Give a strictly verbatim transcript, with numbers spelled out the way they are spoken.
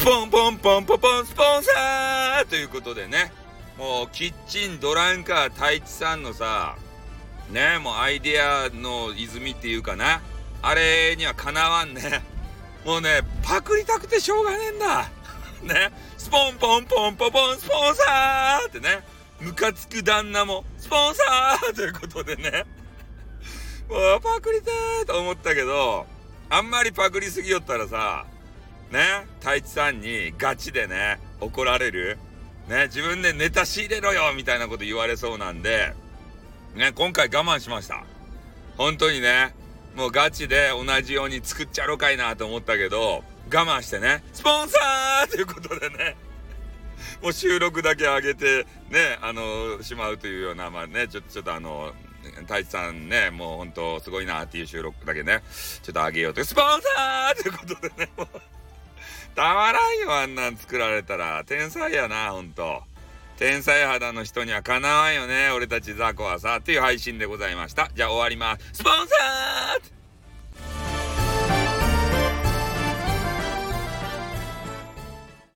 ポンポンポンポンポンスポンサーということでね、もうキッチンドランカー太一さんのさ、ね、もうアイデアの泉っていうかな、あれにはかなわんね。もうね、パクりたくてしょうがねえんだ。ね、スポンポンポンポンポンスポンサーってね、ムカつく旦那もスポンサーということでね、もうパクりてーと思ったけど、あんまりパクりすぎよったらさ、ね、太一さんにガチでね、怒られる。ね、自分でネタ仕入れろよみたいなこと言われそうなんで、ね、今回我慢しました。本当にね、もうガチで同じように作っちゃろかいなと思ったけど、我慢してね、スポンサーということでね、もう収録だけ上げてね、あのしまうというような、まあね、ちょっとちょっとあの太一さんね、もう本当すごいなっていう収録だけね、ちょっと上げようと、スポンサーということでね、もうたまらんよ、あんなん作られたら。天才やな、ほんと。天才肌の人にはかなわんよね、俺たちザコはさ、っていう配信でございました。じゃあ終わります。スポンサー